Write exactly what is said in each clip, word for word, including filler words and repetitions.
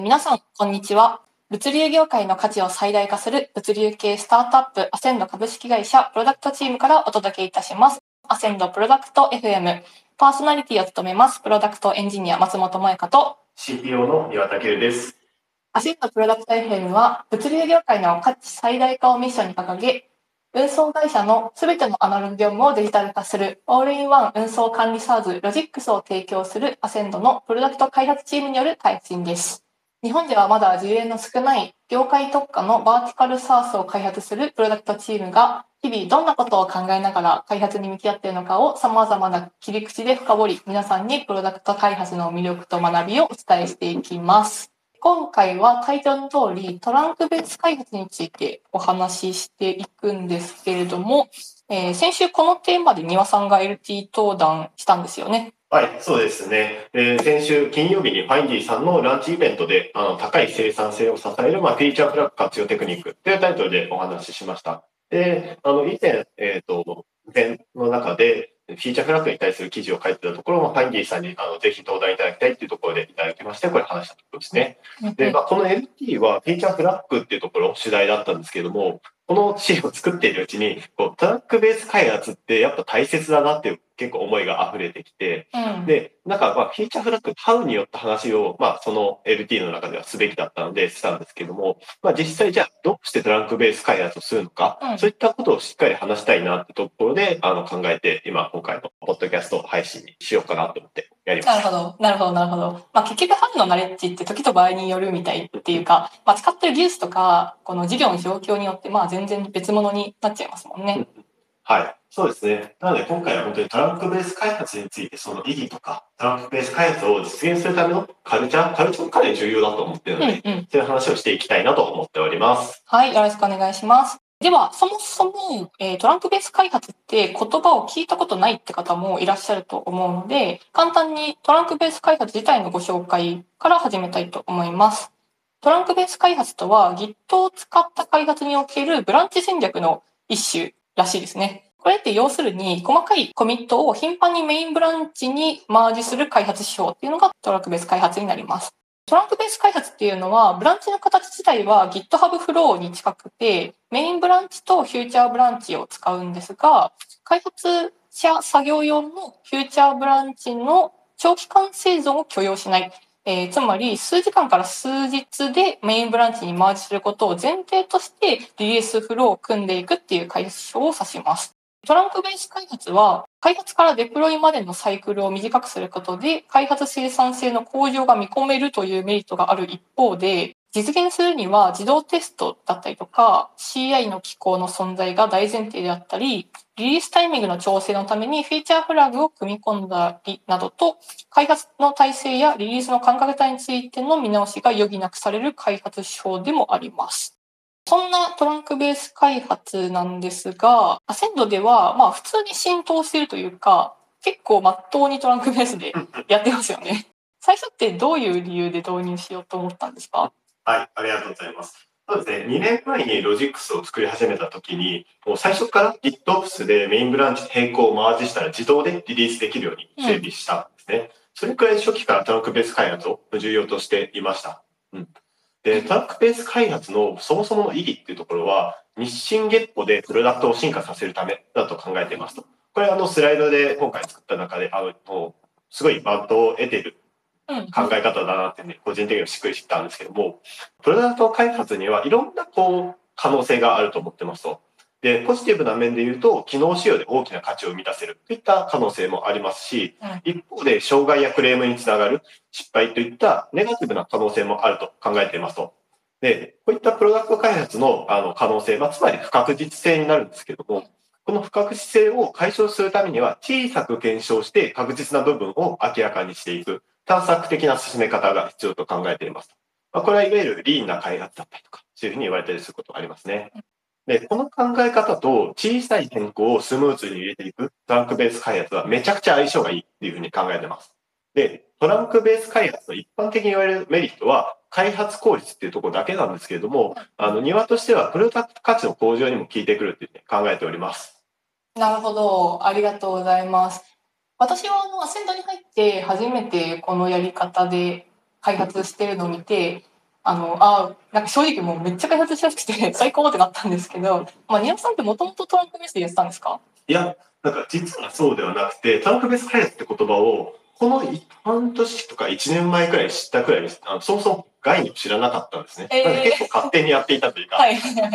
皆さん、こんにちは。物流業界の価値を最大化する物流系スタートアップアセンド株式会社プロダクトチームからお届けいたします。アセンドプロダクト エフエム パーソナリティを務めますプロダクトエンジニア松本萌香とシーピーオー の岩田圭です。 アセンドプロダクト エフエム は物流業界の価値最大化をミッションに掲げ、運送会社のすべてのアナログ業務をデジタル化するオールインワン運送管理サーズロジックスを提供するアセンドのプロダクト開発チームによる開発です。日本ではまだ事例の少ない業界特化のバーティカルサースを開発するプロダクトチームが日々どんなことを考えながら開発に向き合っているのかを様々な切り口で深掘り、皆さんにプロダクト開発の魅力と学びをお伝えしていきます。今回はタイトルの通りトランクベース開発についてお話ししていくんですけれども、えー、先週このテーマで丹羽さんが エルティー 登壇したんですよね。 はい、そうですね。えー、先週金曜日にファインディさんのランチイベントであの高い生産性を支える、まあ、フィーチャーフラッグ活用テクニックというタイトルでお話ししました。で、あの以前、えっと、前の中でフィーチャーフラッグに対する記事を書いてたところも、ファインディさんにあのぜひ登壇いただきたいというところでいただきまして、これ話したところですね。で、まあ、この エルティー はフィーチャーフラッグっていうところ主題だったんですけども、この資料を作っているうちに、こうトラックベース開発ってやっぱ大切だなっていう結構思いが溢れてきて、 うん、 で、なんかまあフィーチャーフラッグ、ハウによった話を、まあその エルティー の中ではすべきだったのでしたんですけども、まあ実際じゃあどうしてトランクベース開発をするのか、 うん、 そういったことをしっかり話したいなってところで、あの考えて、今今回のポッドキャスト配信にしようかなと思ってやりました。 なるほど、なるほど、なるほど。まあ結局ハウのナレッジって時と場合によるみたいっていうか、まあ使ってる技術とか、この事業の状況によって、まあ全然別物になっちゃいますもんね。 はい。そうですね。なので今回は本当にトランクベース開発についてその意義とか、トランクベース開発を実現するためのカルチャー、カルチャーもかなり重要だと思っているので、うんうん、そういう話をしていきたいなと思っております。 はい、よろしくお願いします。では、そもそも、えー、トランクベース開発って言葉を聞いたことないって方もいらっしゃると思うので、簡単にトランクベース開発自体のご紹介から始めたいと思います。トランクベース開発とは Git を使った開発におけるブランチ戦略の一種らしいですね。これって要するに細かいコミットを頻繁にメインブランチにマージする開発手法っていうのがトランクベース開発になります。トランクベース開発っていうのは、ブランチの形自体は GitHub フローに近くて、メインブランチとフューチャーブランチを使うんですが、開発者作業用のフューチャーブランチの長期間生存を許容しない。えー、つまり、数時間から数日でメインブランチにマージすることを前提としてリリースフローを組んでいくっていう開発手法を指します。トランクベース開発は、開発からデプロイまでのサイクルを短くすることで、開発生産性の向上が見込めるというメリットがある一方で、実現するには自動テストだったりとか、シーアイ の機構の存在が大前提であったり、リリースタイミングの調整のためにフィーチャーフラグを組み込んだりなどと、開発の体制やリリースの考え方についての見直しが余儀なくされる開発手法でもあります。そんなトランクベース開発なんですが、アセンドではまあ普通に浸透しているというか、結構まっとうにトランクベースでやってますよね。最初ってどういう理由で導入しようと思ったんですか？ はい、ありがとうございます。そうですね、にねんまえにロジックスを作り始めたときに、もう最初から GitOps でメインブランチ並行をマージしたら自動でリリースできるように整備したんですね。うん、それくらい初期からトランクベース開発を重要としていました。うんで、トラックベース開発のそもそもの意義っていうところは、日進月歩でプロダクトを進化させるためだと考えていますと。これあのスライドで今回作った中で、あの、すごいバッドを得ている考え方だなってね、個人的にはしっくりしたんですけども、プロダクト開発にはいろんなこう可能性があると思ってますと。で、ポジティブな面で言うと、機能仕様で大きな価値を生み出せるといった可能性もありますし、一方で障害やクレームにつながる失敗といったネガティブな可能性もあると考えていますと。で、こういったプロダクト開発のあの可能性、まあ、つまり不確実性になるんですけども、この不確実性を解消するためには小さく検証して確実な部分を明らかにしていく探索的な進め方が必要と考えています。まあ、これはいわゆるリーンな開発だったりとか、そういうふうに言われたりすることがありますね。で、この考え方と小さい変更をスムーズに入れていくトランクベース開発はめちゃくちゃ相性がいいっていうふうに考えています。で、トランクベース開発の一般的に言われるメリットは開発効率っていうところだけなんですけれども、あの庭としてはプロダクト価値の向上にも効いてくるっていうふうに考えております。 なるほど、ありがとうございます。私はアセンドに入って初めてこのやり方で開発してるのを見て、 あの、あなんか正直もうめっちゃ開発しやすくて最高ってなったんですけど、まあ、ニアさんってもともとトランクベースでやってたんですか？ いや、なんか実はそうではなくて、トランクベース開発って言葉を、この半年とかいちねんまえくらい知ったくらいです。あのそもそも概念を知らなかったんですね。 えー、 なんで結構勝手にやっていたというか。 はいはいはいはい。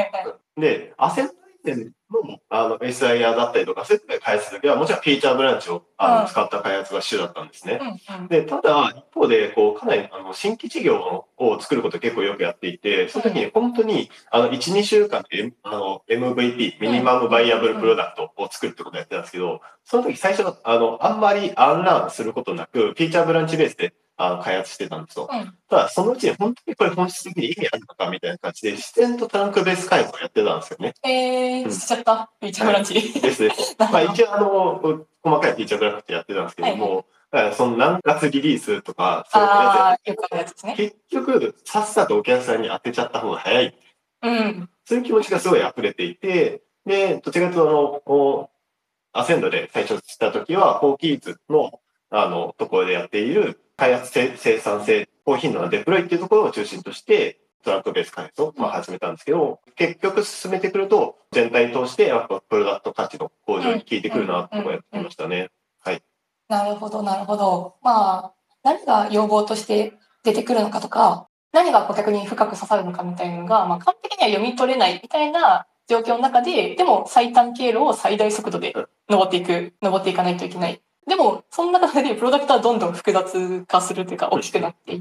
で、アセントのあの エスアイアールルだったりとか、そういうので開発するときは、もちろんフィーチャーブランチをあの使った開発が主だったんですね。 うんうん、 で、ただ、一方で、こう、かなりあの新規事業を作ることを結構よくやっていて、その時に本当に、あの、いち、にしゅうかんで、あの、エムブイピー、ミニマムバイアブルプロダクトを作るってことをやってたんですけど、その時最初、あの、あんまりアンラーンすることなく、フィーチャーブランチベースで、あの、開発してたんですよ。 うん、 ただ、そのうちに本当にこれ本質的に意味あるのかみたいな感じで、自然とトランクベース開発をやってたんですよね。 えー、しちゃった。フィーチャーブランチ。 はい、ですです。まあ一応あの、細かいフィーチャーブランチってやってたんですけども、はいはい、その何月リリースとか、そういうやつ、よくあるやつですね。結局、さっさとお客さんに当てちゃった方が早い。うん。そういう気持ちがすごい溢れていて、で、どちらかというと、あの、アセンドで最初した時は、コーキーズの、あの、ところでやっている開発生産性、高頻度なデプロイっていうところを中心として、トランクベース開発をまあ始めたんですけど、うん、結局進めてくると、全体通してやっぱプロダクト価値の向上に効いてくるなとかやってましたね。はい。 なるほど、なるほど。まあ、何が要望として出てくるのかとか、何が顧客に深く刺さるのかみたいなのが、まあ、完璧には読み取れないみたいな状況の中で、でも最短経路を最大速度で登っていく、登っていかないといけない。でも、その中でプロダクトはどんどん複雑化するというか大きくなっていって、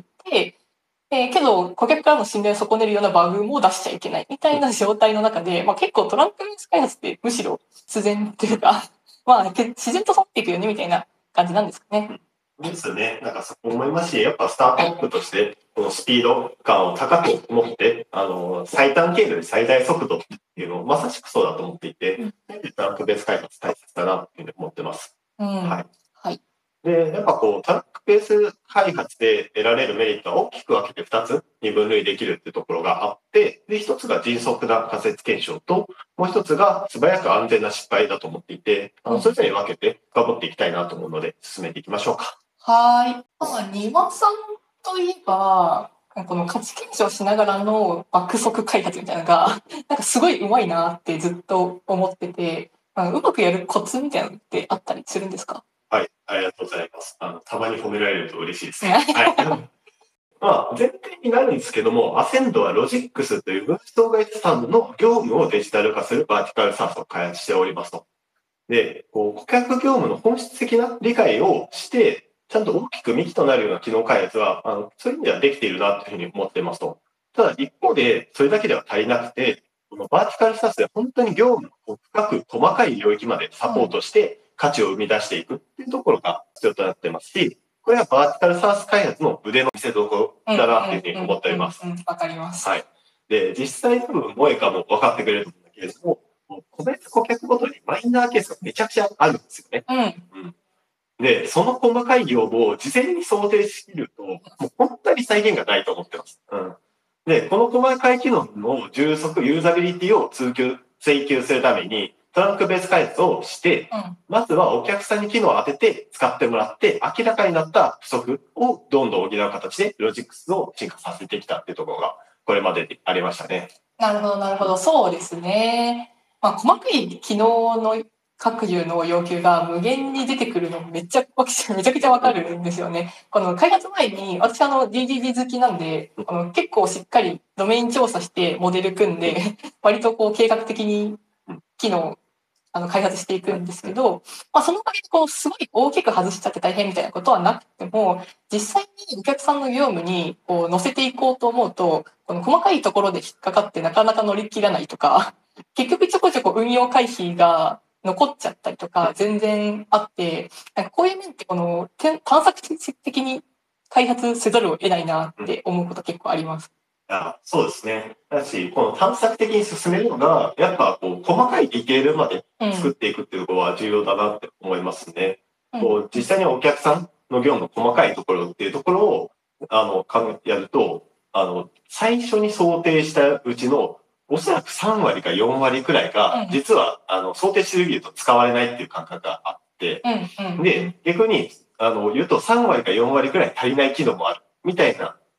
えー、けど、顧客からの信頼を損ねるようなバグも出しちゃいけないみたいな状態の中で、まあ結構トランクベース開発ってむしろ自然っていうか、まあ自然と去っていくよねみたいな感じなんですかね。 ですね。なんかそう思いますし、やっぱスタートアップとして、このスピード感を高く持って、あの、最短経路で最大速度っていうのをまさしくそうだと思っていて、うん、トランクベース開発大切だなっていうふうに思ってます。うん、はい。はい。で、やっぱこう、トランクベース開発で得られるメリットは大きく分けてふたつに分類できるっていうところがあって、で、ひとつが迅速な仮説検証と、もうひとつが素早く安全な失敗だと思っていて、あの、それぞれ分けて深掘っていきたいなと思うので、進めていきましょうか。はい。 まあ、庭さんといえば、この価値検証しながらの爆速開発みたいなのが、なんかすごい上手いなってずっと思ってて、あのうまくやるコツみたいなのってあったりするんですか？ はい、ありがとうございます。あの、たまに褒められると嬉しいですね。はい。まあ、前提になるんですけども、アセンドはロジックスという分子当該資産の業務をデジタル化するバーティカルサースを開発しておりますと。で、こう顧客業務の本質的な理解をして、ちゃんと大きく幹となるような機能開発は、あの、そういう意味ではできているなというふうに思っていますと。ただ一方で、それだけでは足りなくて、このバーティカルサースで本当に業務の深く細かい領域までサポートして価値を生み出していくっていうところが必要となってますし、これはバーティカルサース開発の腕の見せ所だなというふうに思っております。 わかります。 はい。で、実際多分、萌かも分かってくれると思うんだけれども、個別顧客ごとにマイナーケースがめちゃくちゃあるんですよね。うん。うん、で、その細かい要望を事前に想定しきると、もう本当に再現がないと思ってます。うん。で、この細かい機能の充足、ユーザビリティを追求、追求するために、トランクベース開発をして、うん、まずはお客さんに機能を当てて使ってもらって、明らかになった不足をどんどん補う形で、ロジックスを進化させてきたっていうところが、これまででありましたね。 なるほど、なるほど。そうですね。まあ、細かい機能の各種の要求が無限に出てくるのめっちゃ、めちゃくちゃわかるんですよね。この開発前に、私あの ディーディーディー 好きなんで、あの結構しっかりドメイン調査してモデル組んで、割とこう計画的に機能あの開発していくんですけど、まあ、そのおかげでこうすごい大きく外しちゃって大変みたいなことはなくても、実際にお客さんの業務にこう乗せていこうと思うと、この細かいところで引っかかってなかなか乗り切らないとか、結局ちょこちょこ運用回避が残っちゃったりとか全然あって、なんかこういう面ってこの探索的に開発せざるを得ないなって思うこと結構あります。 あ、そうですね。だし、この探索的に進めるのが、やっぱこう細かいディテールまで作っていくっていうところは重要だなって思いますね。うん、こう実際にお客さんの業務の細かいところっていうところを、あの、やると、あの、最初に想定したうちの、おそらくさんわりかよんわりくらいが、実は、あの、想定しすぎると使われないっていう感覚があって、で、逆に、あの、言うとさんわりかよんわりくらい足りない機能もある、みたいな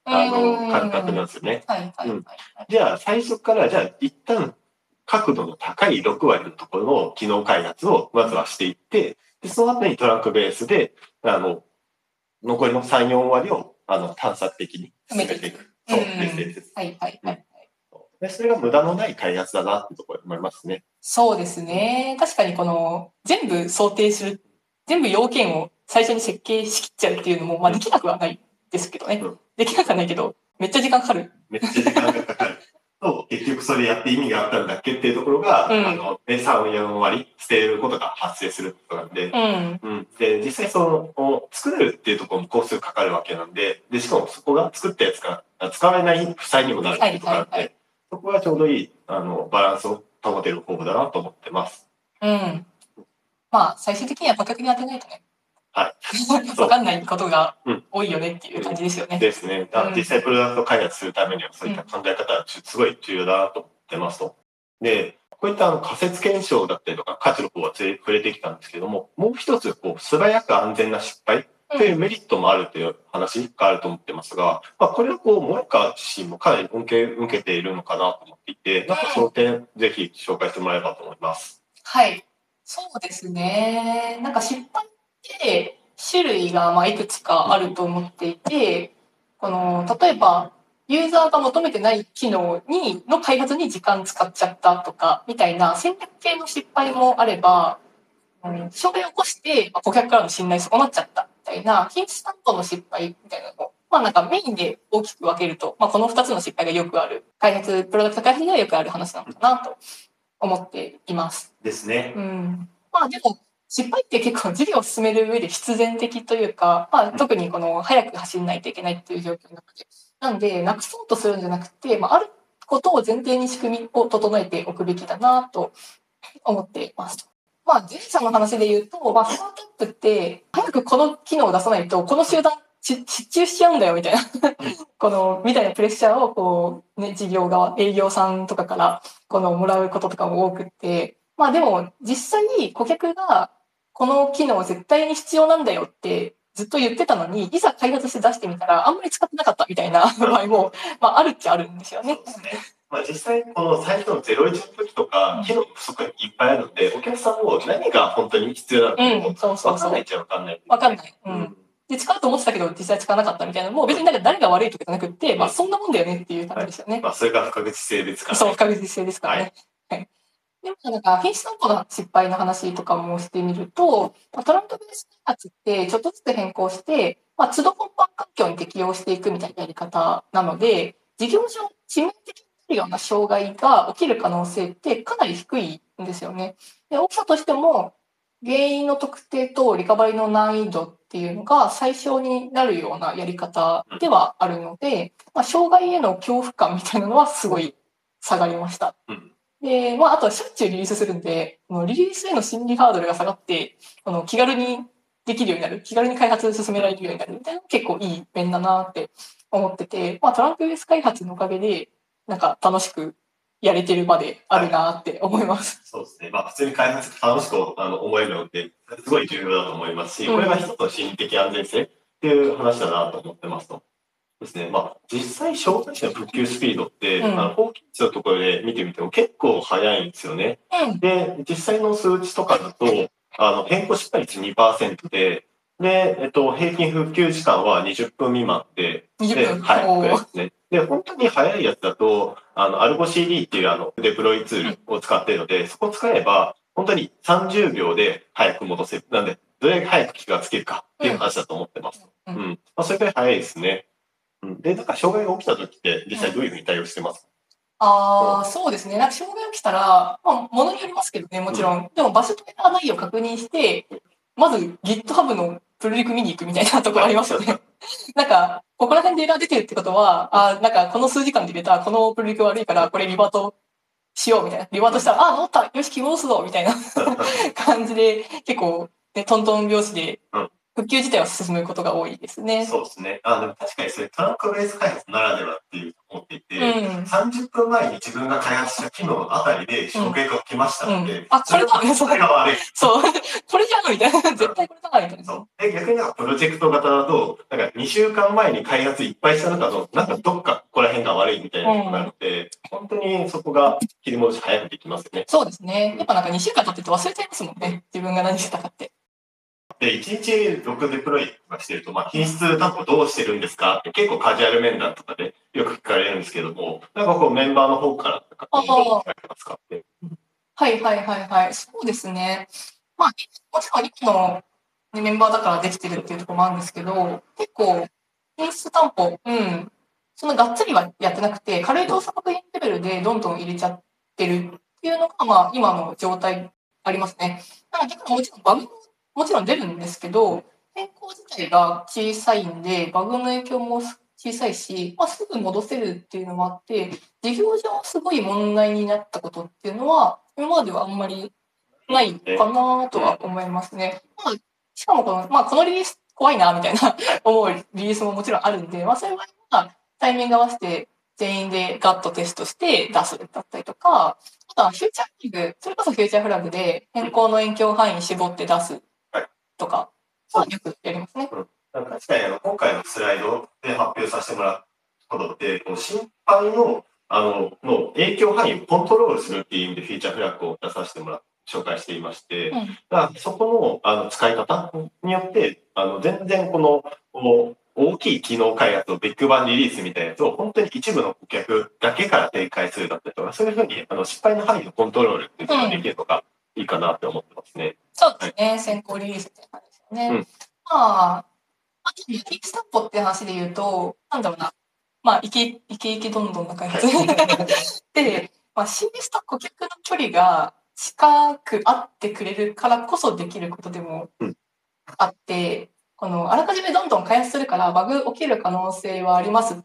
あの、感覚なんですよね。 はいはいはい、はい。 じゃあ、最初から、じゃあ、一旦、角度の高いろく割のところの機能開発をまずはしていって、でその後にトランクベースで、あの、残りのさん、よん割を、あの、探索的に進めていく。そうですです。 はいはいはい。 で、それが無駄のない開発だなってところ思いますね。 そうですね。確かにこの、全部想定する、全部要件を最初に設計しきっちゃうっていうのも、まあできなくはないですけどね。うん、できなくはないけど、めっちゃ時間かかる。 めっちゃ時間がかかる。と、結局それやって意味があったんだっけっていうところが、うん、あの、さん、よん割捨てることが発生することなんで、うんうん、で、実際その、作れるっていうところも工数かかるわけなんで、で、しかもそこが作ったやつが使われない負債にもなるっていうところなんで、はいはいはい、そこがちょうどいい、あの、バランスを保てる方法だなと思ってます。 うん。まあ、最終的には顧客に当てないとね。 はい。 わかんないことが多いよねっていう感じですよね。うん、 ですね。だから実際プロダクト開発するためにはそういった考え方はすごい重要だなと思ってますと。で、こういったあの仮説検証だったりとか価値の方は触れてきたんですけども、もう一つこう素早く安全な失敗というメリットもあるという話があると思ってますが、まあ、これはこう、萌川自身もかなり恩恵を受けているのかなと思っていて、なんかその点、ぜひ紹介してもらえればと思います。 はい。そうですね。なんか失敗って種類がまあいくつかあると思っていて、この、例えば、ユーザーが求めてない機能に、の開発に時間使っちゃったとか、みたいな戦略系の失敗もあれば、うん、障害を起こして、まあ、顧客からの信頼損なっちゃったみたいな、品質担当の失敗みたいなのを、まあなんかメインで大きく分けると、まあこのふたつの失敗がよくある、開発、プロダクト開発ではよくある話なのかなと思っています。 ですね。 うん。まあでも、失敗って結構事業を進める上で必然的というか、まあ特にこの早く走んないといけないっていう状況の中で。なんで、なくそうとするんじゃなくて、まああることを前提に仕組みを整えておくべきだなと思っています。まあ、前者の話で言うと、まあ、スタートアップって、早くこの機能を出さないと、この集団失注しちゃうんだよ、みたいな。この、みたいなプレッシャーを、こう、ね、事業側、営業さんとかから、この、もらうこととかも多くって、まあでも、実際、顧客が、この機能絶対に必要なんだよって、ずっと言ってたのに、いざ開発して出してみたら、あんまり使ってなかったみたいな場合も、まあ、あるっちゃあるんですよね。 そうですね。まあ、実際、この最初のゼロイチの時とか、機能不足がいっぱいあるので、お客さんも何が本当に必要なのかも分かんないっちゃ分かんない。 分かんない。うん。で、使うと思ってたけど、実際使わなかったみたいなのも、別になんか誰が悪いとかじゃなくて、まあ、そんなもんだよねっていう感じですよね。 まあ、それが不確実性ですからね。 そう、不確実性ですからね。はい。でもなんか、品質担当の失敗の話とかもしてみると、トランクベース開発ってちょっとずつ変更して、まあ、都度本番環境に適用していくみたいなやり方なので、事業上致命的になるような障害が起きる可能性ってかなり低いんですよね。で、起きたとしても、原因の特定とリカバリーの難易度っていうのが最小になるようなやり方ではあるので、まあ、障害への恐怖感みたいなのはすごい下がりました。うんで、まあ、あとはしょっちゅうリリースするんで、リリースへの心理ハードルが下がって、この気軽にできるようになる、気軽に開発進められるようになるみたいなのが結構いい面だなって思ってて、まあ、トランクベース開発のおかげで、なんか楽しくやれてるまであるなって思います。 はい、そうですね。まあ、普通に開発楽しくあの思えるのって、すごい重要だと思いますし、これが一つの心理的安全性っていう話だなと思ってますと。ですね。まあ、実際、障害者の復旧スピードって、うん、あの、法規値のところで見てみても結構早いんですよね。うん、で、実際の数値とかだと、あの、変更失敗率 にパーセント で、で、えっと、平均復旧時間はにじゅっぷん未満で、 にじゅっぷんはい、ですね。で、本当に早いやつだと、あの、アルゴ シーディー っていうあの、デプロイツールを使っているので、そこを使えば、本当にさんじゅうびょうで早く戻せる。なんで、どれだけ早く気がつけるかっていう話だと思ってます。うん。うん、まあ、それくらい早いですね。で、なんか障害が起きた時って実際どういうふうに対応してますか？ うん、ああ、そうですね。なんか障害起きたら、まあ、ものによりますけどね、もちろん。うん、でも場所とエラー内容を確認して、まず GitHub のプルリク見に行くみたいなところありますよね。なんか、ここら辺でエラー出てるってことは、あなんかこの数時間で入れたこのプルリク悪いから、これリバートしようみたいな。リバートしたら、あ、治った、よし、気戻すぞみたいな感じで、結構、ね、トントン拍子で、復旧自体は進むことが多いですね。 そうですね。あでも確かにそれトランクベース開発ならではっていう思っていて、うん、 さんじゅっぷんまえに自分が開発した機能のあたりで承継が起きましたので、 うんうん、あ、これだね、 それが悪い。 そう。これじゃんみたいな。絶対これだみたいな。 そう。で、逆になんかプロジェクト型だと、なんかにしゅうかんまえに開発いっぱいした中の、なんかどっかここら辺が悪いみたいなことなので、うん、本当にそこが切り戻し早くできますよね。 そうですね。やっぱなんかにしゅうかん経ってて忘れちゃいますもんね。自分が何してたかって。 で、いちにちろくデプロイとかしてると、まあ、品質担保どうしてるんですかって結構カジュアル面談とかでよく聞かれるんですけども、なんかこうメンバーの方からとか、どう聞かれてますかって。 はいはいはいはい。そうですね。まあ、もちろん今の、ね、メンバーだからできてるっていうところもあるんですけど、結構、品質担保、うん、そんながっつりはやってなくて、軽い動作確認レベルでどんどん入れちゃってるっていうのが、まあ、今の状態ありますね。なので、もちろんバグももちろん出るんですけど、変更自体が小さいんで、バグの影響も小さいし、まあ、すぐ戻せるっていうのもあって、事業上すごい問題になったことっていうのは、今まではあんまりないかなとは思いますね。まあ、しかもこの、まあ、このリリース怖いな、みたいな思うリリースももちろんあるんで、まあ、そういう場合は、タイミング合わせて全員でガッとテストして出すだったりとか、あとはフューチャーフラグ、それこそフューチャーフラグで変更の影響範囲絞って出すとかはよくやりますね。 うん、確かにあの今回のスライドで発表させてもらうことって、この心配のあのの影響範囲をコントロールするっていう意味でフィーチャーフラッグを出させてもらう紹介していまして、うん、だからそこのあの使い方によってあの全然このこの大きい機能開発をビッグバンリリースみたいなやつを本当に一部の顧客だけから展開するだったりとか、そういうふうにあの失敗の範囲のコントロールっていうのができるのがいいかなって思ってますね。うん、 そうですね、はい、先行リリースって感じですよね。うん、まあ、あと、リリース担保って話で言うと、なんだろうな、まあ、イケイケイケどんどんな開発。で、まあ、シーエス と顧客の距離が近くあってくれるからこそできることでもあって、この、あらかじめどんどん開発するからバグ起きる可能性はありますって、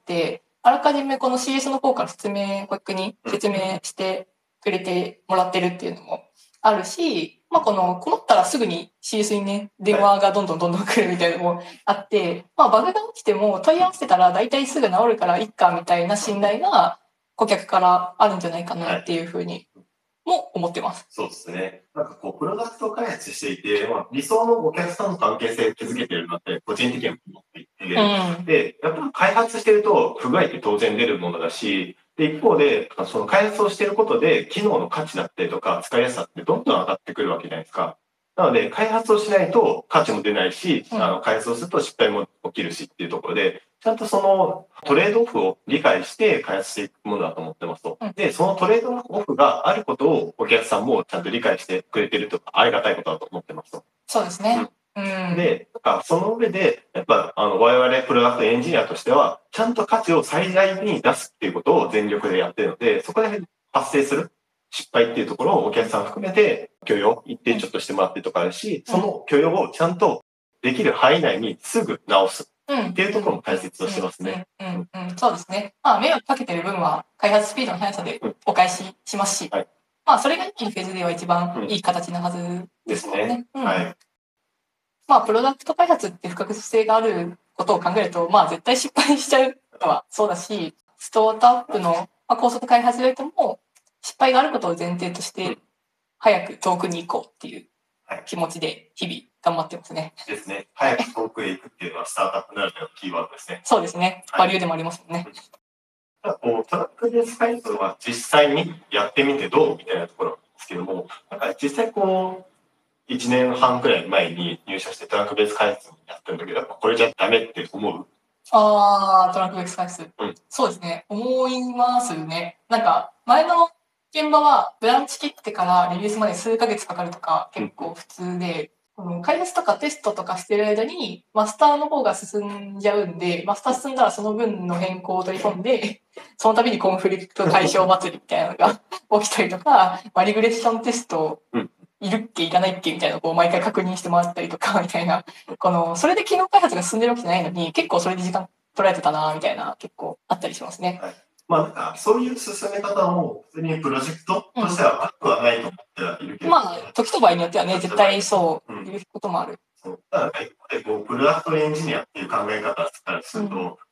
あらかじめこの シーエス の方から説明、顧客に説明してくれてもらってるっていうのもあるし、まあ、この、困ったらすぐに シーエス にね、電話がどんどんどんどん来るみたいなのもあって、まあ、バグが起きても問い合わせたら大体すぐ治るからいっかみたいな信頼が顧客からあるんじゃないかなっていうふうにも思ってます。 そうですね。なんかこう、プロダクト開発していて、まあ、理想のお客さんの関係性を築けてるなって、個人的には思っていて、うん、で、やっぱり開発してると不具合って当然出るものだし、で、一方で、その開発をしていることで、機能の価値だったりとか、使いやすさってどんどん上がってくるわけじゃないですか。なので、開発をしないと価値も出ないし、うん、あの開発をすると失敗も起きるしっていうところで、ちゃんとそのトレードオフを理解して開発していくものだと思ってますと。で、そのトレードオフがあることをお客さんもちゃんと理解してくれてるとか、ありがたいことだと思ってますと。 そうですね。 うん、で、なんかその上で、やっぱあの我々プロダクトエンジニアとしては、ちゃんと価値を最大に出すっていうことを全力でやってるので、そこで発生する失敗っていうところをお客さん含めて許容、一定ちょっとしてもらってるとかあるし、その許容をちゃんとできる範囲内にすぐ直すっていうところも大切としてますね。 うんうんうんうん、そうですね。まあ、迷惑かけてる分は開発スピードの速さでお返ししますし、うん、はい、まあ、それが今のフェーズでは一番いい形なはずですね。ですね。うん、はい。まあ、プロダクト開発って不確実性があることを考えると、まあ、絶対失敗しちゃうのはそうだし、スタートアップの高速開発でも失敗があることを前提として、早く遠くに行こうっていう気持ちで日々頑張ってますね。 ですね。早く遠くへ行くっていうのはスタートアップならではのキーワードですね。 そうですね。バリューでもありますもんね。 はい、こうトラックベース開発は実際にやってみてどうみたいなところなんですけども、なんか実際こう、いちねんはんくらい前に入社してトラックベース開発やってるんだけど、やっぱこれじゃダメって思う？ ああ、トラックベース開発。うん、そうですね。思いますね。なんか、前の現場はブランチ切ってからリリースまで数ヶ月かかるとか結構普通で、うん、開発とかテストとかしてる間にマスターの方が進んじゃうんで、マスター進んだらその分の変更を取り込んで、その度にコンフリクト解消祭りみたいなのが起きたりとか、まあ、リグレッションテストいるっけいらないっけみたいなのをこう毎回確認してもらったりとかみたいな、この、それで機能開発が進んでるわけじゃないのに、結構それで時間取られてたなみたいな結構あったりしますね。 はい、まあなんかそういう進め方も普通にプロジェクトとしては悪くはないと思ってはいるけど、 うん、まあ時と場合によってはね絶対そういうこともある。 そうただ一方でこうプロダクトエンジニアっていう考え方からすると、うん、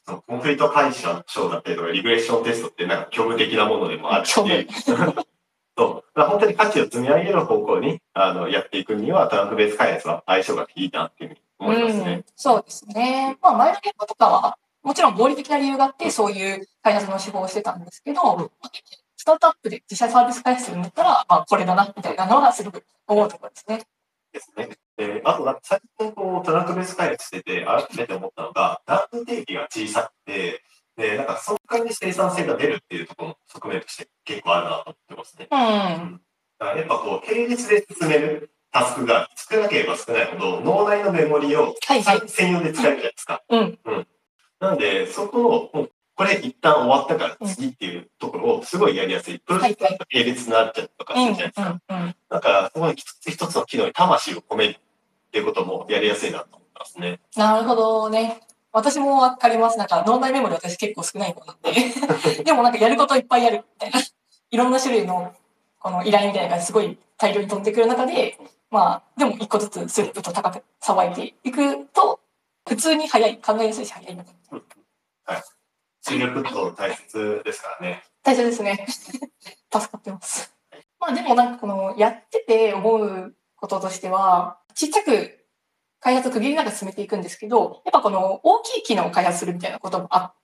そのコンフリート解消だったりとか、リグレッションテストってなんか虚無的なものでもある虚無。 し、そう。だから本当に価値を積み上げる方向に、あの、やっていくには、トランクベース開発は相性がいいなっていうふうに思いますね。 うん、そうですね。まあ、前の現場とかは、もちろん合理的な理由があって、そういう開発の手法をしてたんですけど、 うんスタートアップで自社サービス開発するんだったら、まあ、これだな、みたいなのはすごく思うところですね。 ですね。で、あと、なんか最近こう、トランクベース開発してて、改めて思ったのが、ランク定義が小さくて、で、なんかその間に生産性が出るっていうところの側面として結構あるなと思ってますね。 ううんん。だからやっぱこう、並列で進めるタスクが少なければ少ないほど、脳内のメモリをはいはい。 専用で使えるじゃないですか。 うん。 うん。なので、そこの、もうこれ一旦終わったから次っていうところをすごいやりやすい。プロジェクトだと並列になっちゃうとかするじゃないですか。 うんうんうん。 だから、そこに一つ一つの機能に魂を込めるっていうこともやりやすいなと思いますね。 なるほどね。私もわかります。なんか、脳内メモリ私結構少ない方なんで。でもなんかやることいっぱいやるみたいな。いろんな種類のこの依頼みたいなのがすごい大量に飛んでくる中で、まあ、でも一個ずつスレッドと高くさばいていくと、普通に早い、考えやすいし早いな。 はい。スループット大切ですからね。 大切ですね。助かってます。まあでもなんかこの、やってて思うこととしては、ちっちゃく開発を区切りながら進めていくんですけど、やっぱこの大きい機能を開発するみたいなこともあって、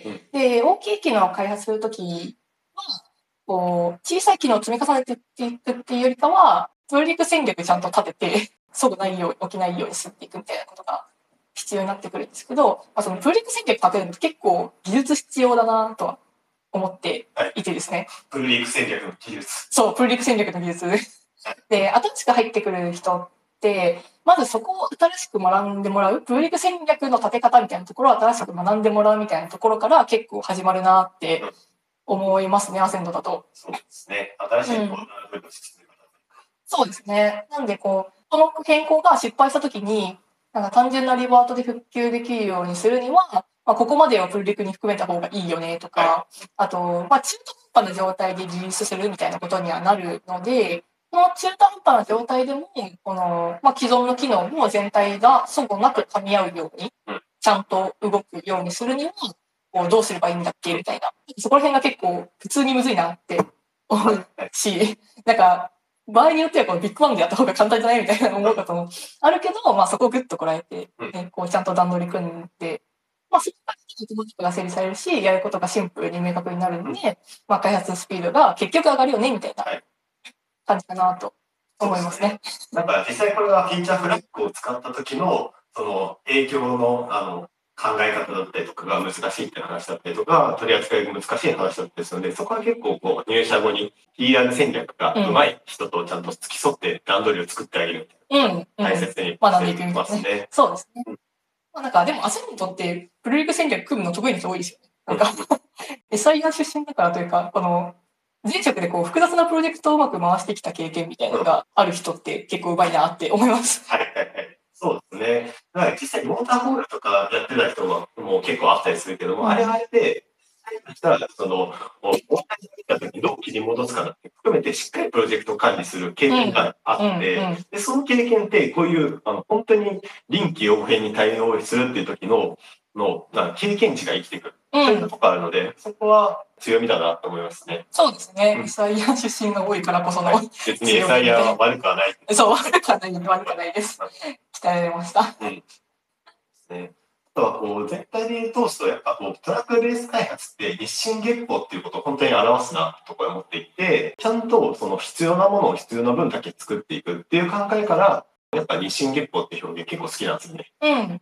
うん、で、大きい機能を開発するときは、こう、小さい機能を積み重ねていくっていうよりかは、プロジェクト戦略ちゃんと立てて、そうないように、起きないように進んでいくみたいなことが必要になってくるんですけど、まあ、そのプロジェクト戦略立てるのって結構技術必要だなとは思っていてですね。 はい、プロジェクト戦略の技術。 そう、プロジェクト戦略の技術。で、新しく入ってくる人で、まずそこを新しく学んでもらう、プロジェクト戦略の立て方みたいなところを新しく学んでもらうみたいなところから結構始まるなって思いますね、アセンドだと。 そうですね。新しいこう、うん、 そうですね。なんでこう、この変更が失敗したときに、なんか単純なリバートで復旧できるようにするには、まあ、ここまでをプロジェクトに含めた方がいいよねとか、はい、あと、まあ、中途半端な状態でリリースするみたいなことにはなるので、この中途半端な状態でも、この、まあ、既存の機能も全体がそごなく噛み合うように、ちゃんと動くようにするには、こうどうすればいいんだっけみたいな。そこら辺が結構普通にむずいなって思うし、なんか、場合によってはこのビッグバンでやった方が簡単じゃないみたいな思うこともあるけど、まあそこをグッとこらえて、ね、こうちゃんと段取り組んで、まあそこからオートマティックが整理されるし、やることがシンプルに明確になるんで、まあ開発スピードが結局上がるよねみたいな感じかなと思いますね。 なんか実際これはフィーチャーフラッグを使った時のその影響のあの考え方だったりとかが難しいっていう話だったりとか、取り扱いが難しい話だったりするので、そこは結構こう入社後に ピーアール 戦略が上手い人とちゃんと付き添って段取りを作ってあげるみたいな、うんうん、大切に学んでいくみたいなね。そうですね。まあ、なんかでもアセントってプロジェクト戦略組むの得意な人多いですよね。なんか、エスアイアール 出身だからというか、この前職でこう複雑なプロジェクトをうまく回してきた経験みたいなのがある人って結構うまいなって思います。 はいはいはい。そうですね。だから実際モーターボールとかやってた人ももう結構あったりするけども、うん、あれはあれで、したら、その、大谷が来た時にどう切り戻すかって含めてしっかりプロジェクト管理する経験があって、うんうんうん、でその経験ってこういうあの本当に臨機応変に対応するっていう時ののなんか経験値が生きてくる、うん、そういうとこあるので、そこは強みだなと思いますね。 そうですね。エスアイアール 出身が多いからこその、はい、 別に エスアイアール は悪くはない。 そう、悪くはない、悪くはないです。鍛えられました。 うんね、あとはこう全体で通すとやっぱこうトラックベース開発って日進月歩っていうことを本当に表すなところを思っていて、ちゃんとその必要なものを必要な分だけ作っていくっていう考えからやっぱ日進月歩って表現結構好きなんですよね。 うんうんうんうん。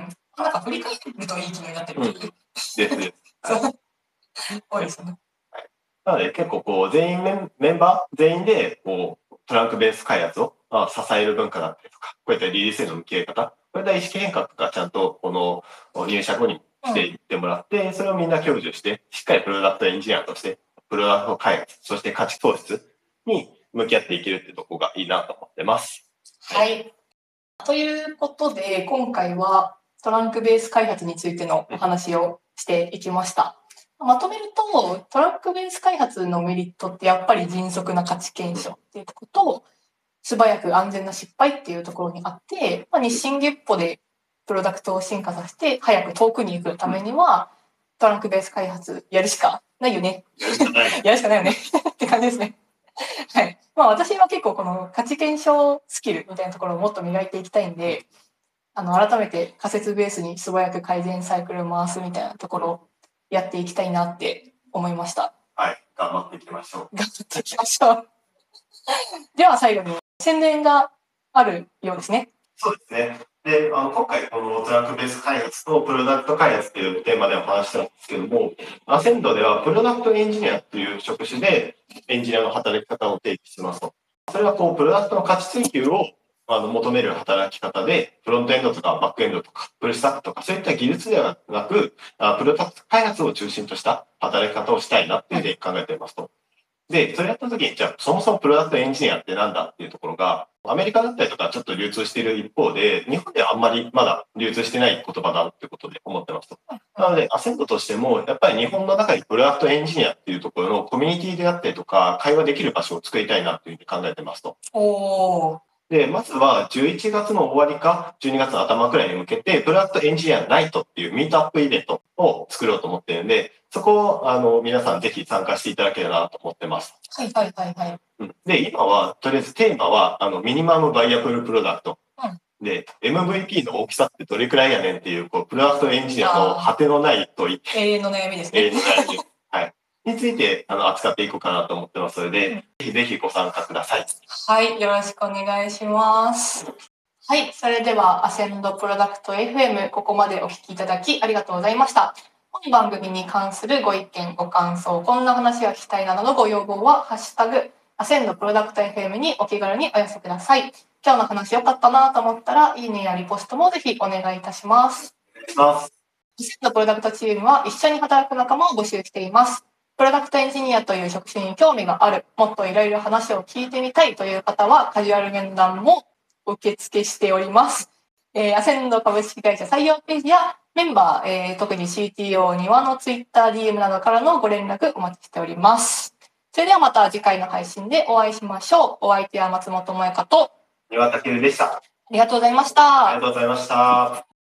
なんか振り返るといい気になってる。うん、 ですです。 はい、多いですね。 なので結構こう全員メンメンバー全員でこうトランクベース開発を支える文化だったりとか、こういったリリースへの向き合い方、こういった意識変革がちゃんとこの入社後にしていってもらって、うん、それをみんな享受して、しっかりプロダクトエンジニアとして、プロダクト開発、そして価値創出に向き合っていけるっていうところがいいなと思ってます。 はい。はい、ということで、今回はトランクベース開発についてのお話をしていきました。まとめると、トランクベース開発のメリットってやっぱり迅速な価値検証っていうところと、素早く安全な失敗っていうところにあって、まあ、日進月歩でプロダクトを進化させて早く遠くに行くためには、トランクベース開発やるしかないよね。 やるしかない。 やるしかないよねって感じですね。はい。まあ私は結構この価値検証スキルみたいなところをもっと磨いていきたいんで、あの改めて仮説ベースに素早く改善サイクルを回すみたいなところをやっていきたいなって思いました。 はい。頑張っていきましょう。 頑張っていきましょう。では最後に宣伝があるようですね。 そうですね。で、あの、今回このトランクベース開発とプロダクト開発というテーマでお話したんですけども、アセンドではプロダクトエンジニアという職種でエンジニアの働き方を定義してますと。それはこう、プロダクトの価値追求をあの求める働き方で、フロントエンドとかバックエンドとか、フルスタックとか、そういった技術ではなく、あプロダクト開発を中心とした働き方をしたいなっていうふうに考えていますと。で、それやった時に、じゃあ、そもそもプロダクトエンジニアってなんだっていうところが、アメリカだったりとかちょっと流通している一方で、日本ではあんまりまだ流通してない言葉だってことで思ってますと。なので、アセントとしても、やっぱり日本の中にプロダクトエンジニアっていうところのコミュニティであったりとか、会話できる場所を作りたいなっていうふうに考えてますと。 おー。 で、まずはじゅういちがつの終わりかじゅうにがつの頭くらいに向けて、プロダクトエンジニアナイトっていうミートアップイベントを作ろうと思っているので、そこをあの皆さんぜひ参加していただければなと思ってます。 はいはいはいはい。 で、今は、とりあえずテーマは、あの、ミニマムバイアブルプロダクト。 うん、 で、エムブイピー の大きさってどれくらいやねんっていう、こう、プロダクトエンジニアの果てのない問い。 永遠の悩みですね。 永遠の悩み。はい。について、あの、扱っていこうかなと思ってますので、うん、ぜひぜひご参加ください。 はい、よろしくお願いします。はい、それでは、アセンドプロダクト エフエム、ここまでお聞きいただきありがとうございました。本番組に関するご意見、ご感想、こんな話が聞きたいなどのご要望は、ハッシュタグ、アセンドプロダクト エフエム にお気軽にお寄せください。今日の話良かったなと思ったら、いいねやリポストもぜひお願いいたします。 お願いします。 アセンドプロダクトチームは一緒に働く仲間を募集しています。プロダクトエンジニアという職種に興味がある、もっといろいろ話を聞いてみたいという方は、カジュアル面談も受付しております。えー、アセンド株式会社採用ページやメンバー、えー、特に シーティーオー にわのツイッター、ディーエム などからのご連絡お待ちしております。それではまた次回の配信でお会いしましょう。お相手は松本萌香と岩田健でした。 ありがとうございました。 ありがとうございました。